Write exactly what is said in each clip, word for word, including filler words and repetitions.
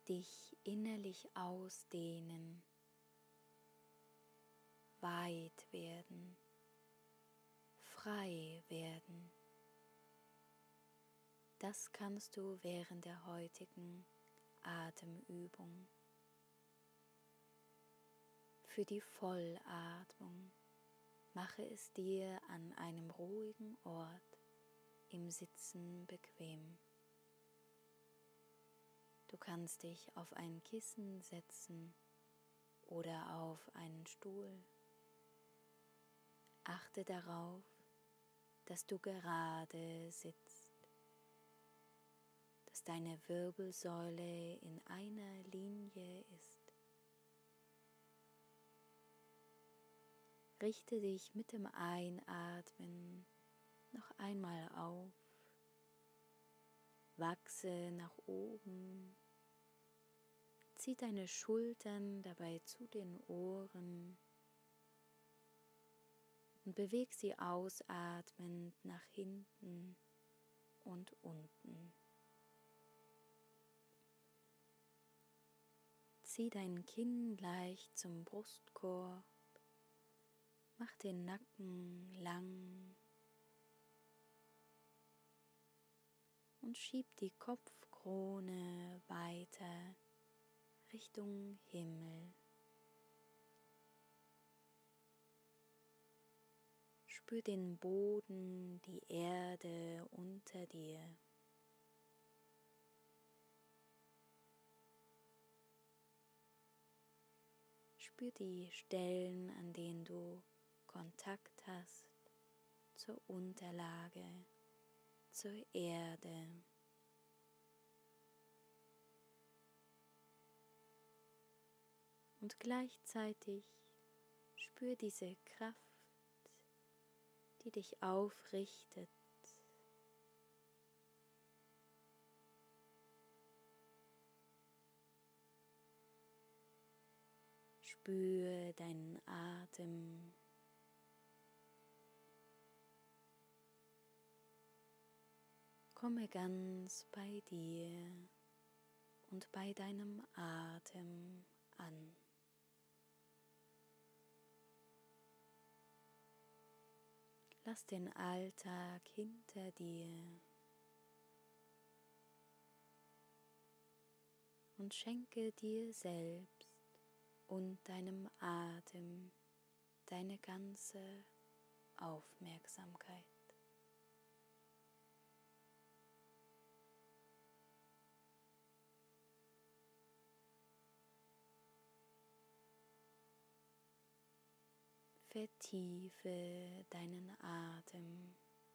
dich innerlich ausdehnen, weit werden, frei werden. Das kannst du während der heutigen Atemübung. Für die Vollatmung mache es dir an einem ruhigen Ort im Sitzen bequem. Du kannst dich auf ein Kissen setzen oder auf einen Stuhl. Achte darauf, dass du gerade sitzt, dass deine Wirbelsäule in einer Linie ist. Richte dich mit dem Einatmen noch einmal auf, wachse nach oben, zieh deine Schultern dabei zu den Ohren und beweg sie ausatmend nach hinten und unten. Zieh dein Kinn leicht zum Brustkorb, mach den Nacken lang und schieb die Kopfkrone weiter Richtung Himmel. Spür den Boden, die Erde unter dir. Spür die Stellen, an denen du Kontakt hast zur Unterlage, zur Erde. Und gleichzeitig spür diese Kraft, die dich aufrichtet. Spür deinen Atem. Komme ganz bei dir und bei deinem Atem an. Lass den Alltag hinter dir und schenke dir selbst und deinem Atem deine ganze Aufmerksamkeit. Vertiefe deinen Atem.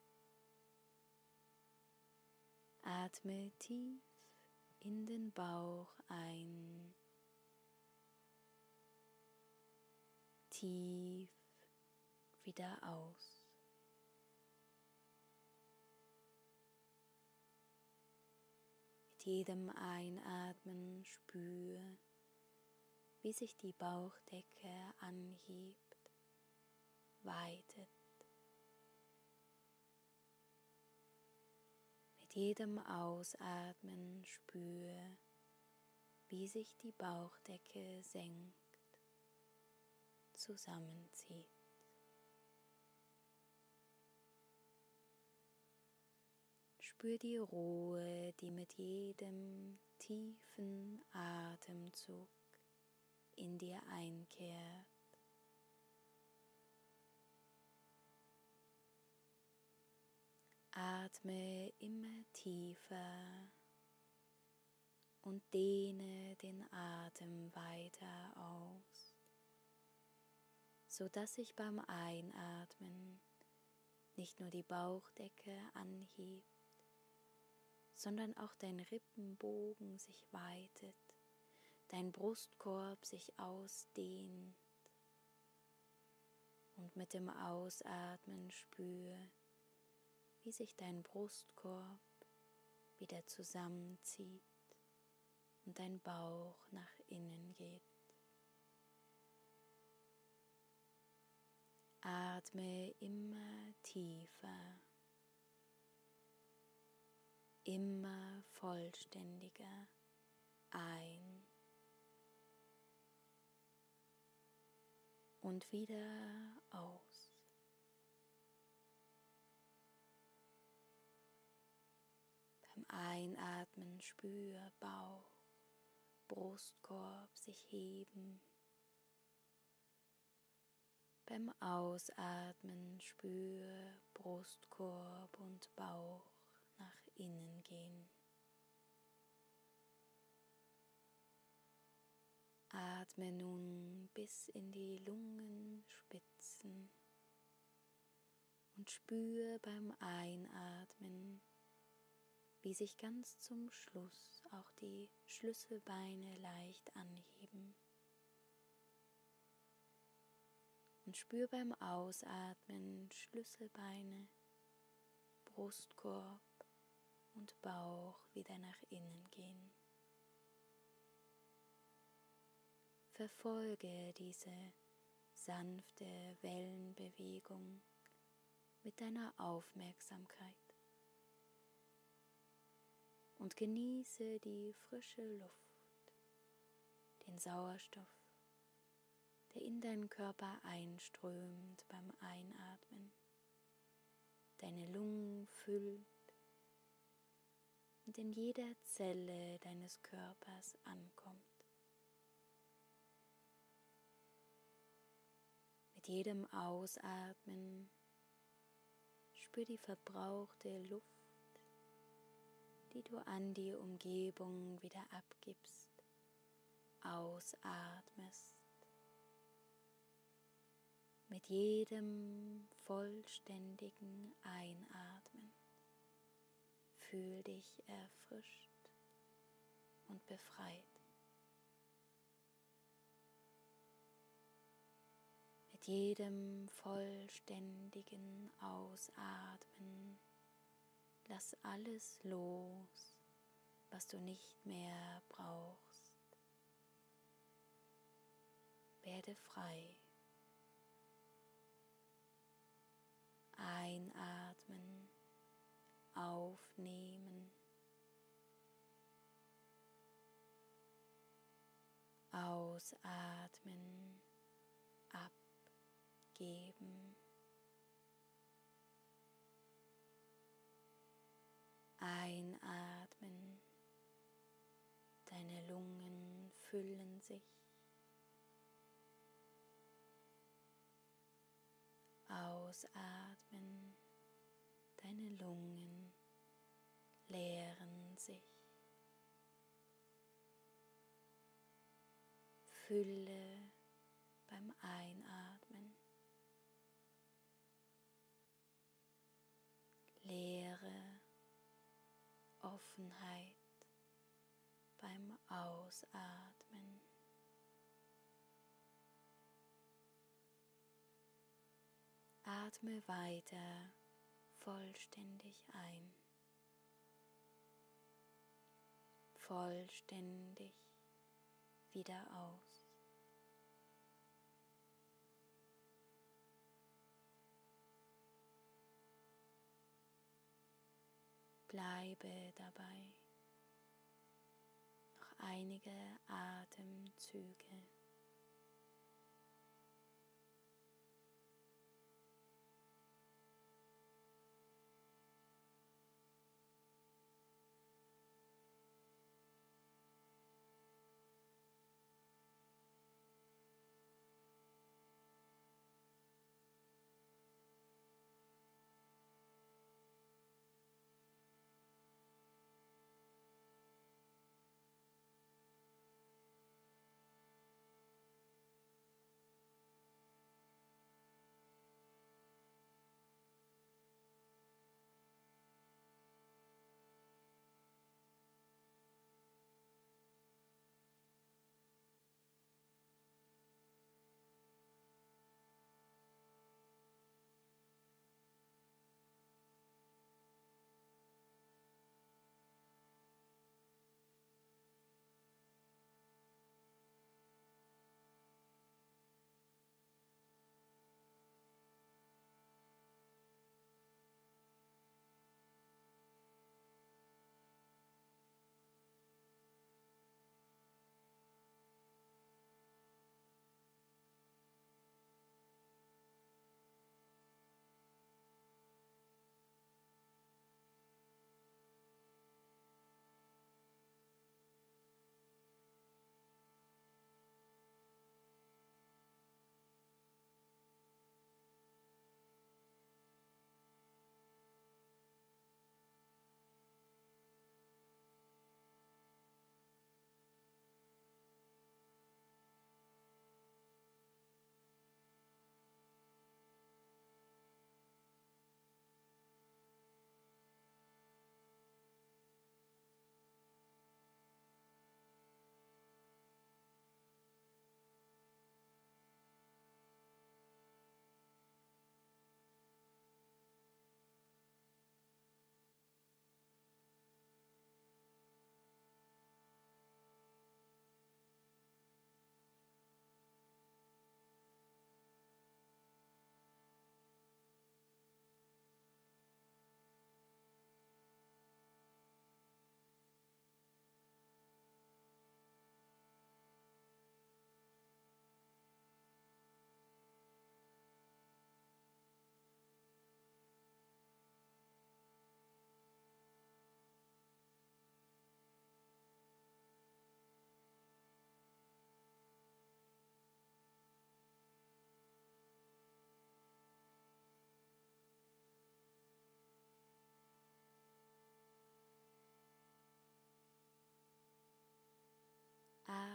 Atme tief in den Bauch ein, tief wieder aus. Mit jedem Einatmen spür, wie sich die Bauchdecke anhebt, weitet. Mit jedem Ausatmen spür, wie sich die Bauchdecke senkt, zusammenzieht. Spür die Ruhe, die mit jedem tiefen Atemzug in dir einkehrt. Atme immer tiefer und dehne den Atem weiter aus, sodass sich beim Einatmen nicht nur die Bauchdecke anhebt, sondern auch dein Rippenbogen sich weitet, dein Brustkorb sich ausdehnt und mit dem Ausatmen spür, wie sich dein Brustkorb wieder zusammenzieht und dein Bauch nach innen geht. Atme immer tiefer, immer vollständiger ein und wieder aus. Beim Einatmen spür Bauch, Brustkorb sich heben. Beim Ausatmen spür Brustkorb und Bauch nach innen gehen. Atme nun bis in die Lungenspitzen und spür beim Einatmen, wie sich ganz zum Schluss auch die Schlüsselbeine leicht anheben. Und spür beim Ausatmen Schlüsselbeine, Brustkorb und Bauch wieder nach innen gehen. Verfolge diese sanfte Wellenbewegung mit deiner Aufmerksamkeit und genieße die frische Luft, den Sauerstoff, der in deinen Körper einströmt beim Einatmen, deine Lungen füllt und in jeder Zelle deines Körpers ankommt. Mit jedem Ausatmen spür die verbrauchte Luft, die du an die Umgebung wieder abgibst, ausatmest. Mit jedem vollständigen Einatmen fühl dich erfrischt und befreit. Mit jedem vollständigen Ausatmen lass alles los, was du nicht mehr brauchst. Werde frei. Einatmen, aufnehmen, ausatmen, abgeben, einatmen, deine Lungen füllen sich, ausatmen, deine Lungen leeren sich. Fülle beim Einatmen, Leere, Offenheit beim Ausatmen. Atme weiter vollständig ein, vollständig wieder aus. Bleibe dabei noch einige Atemzüge.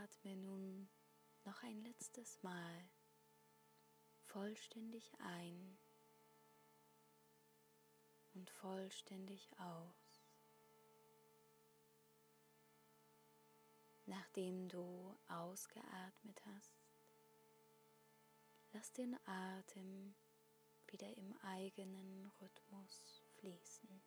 atme nun noch ein letztes Mal vollständig ein und vollständig aus. Nachdem du ausgeatmet hast, lass den Atem wieder im eigenen Rhythmus fließen.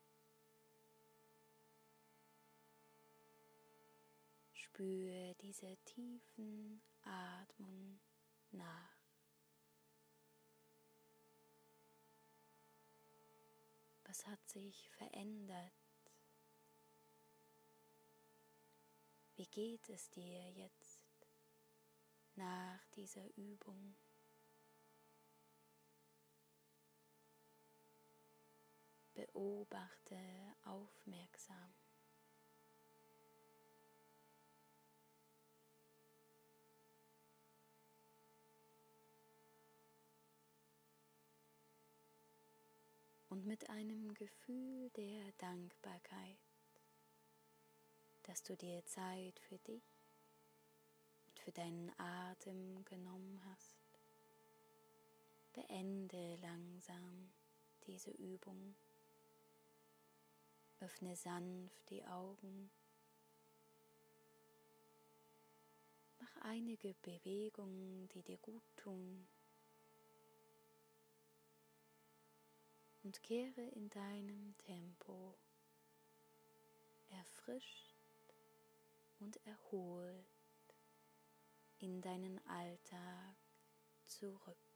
Spüre diese tiefen Atmung nach. Was hat sich verändert? Wie geht es dir jetzt nach dieser Übung? Beobachte aufmerksam. Und mit einem Gefühl der Dankbarkeit, dass du dir Zeit für dich und für deinen Atem genommen hast, beende langsam diese Übung. Öffne sanft die Augen. Mach einige Bewegungen, die dir gut tun. Und kehre in deinem Tempo erfrischt und erholt in deinen Alltag zurück.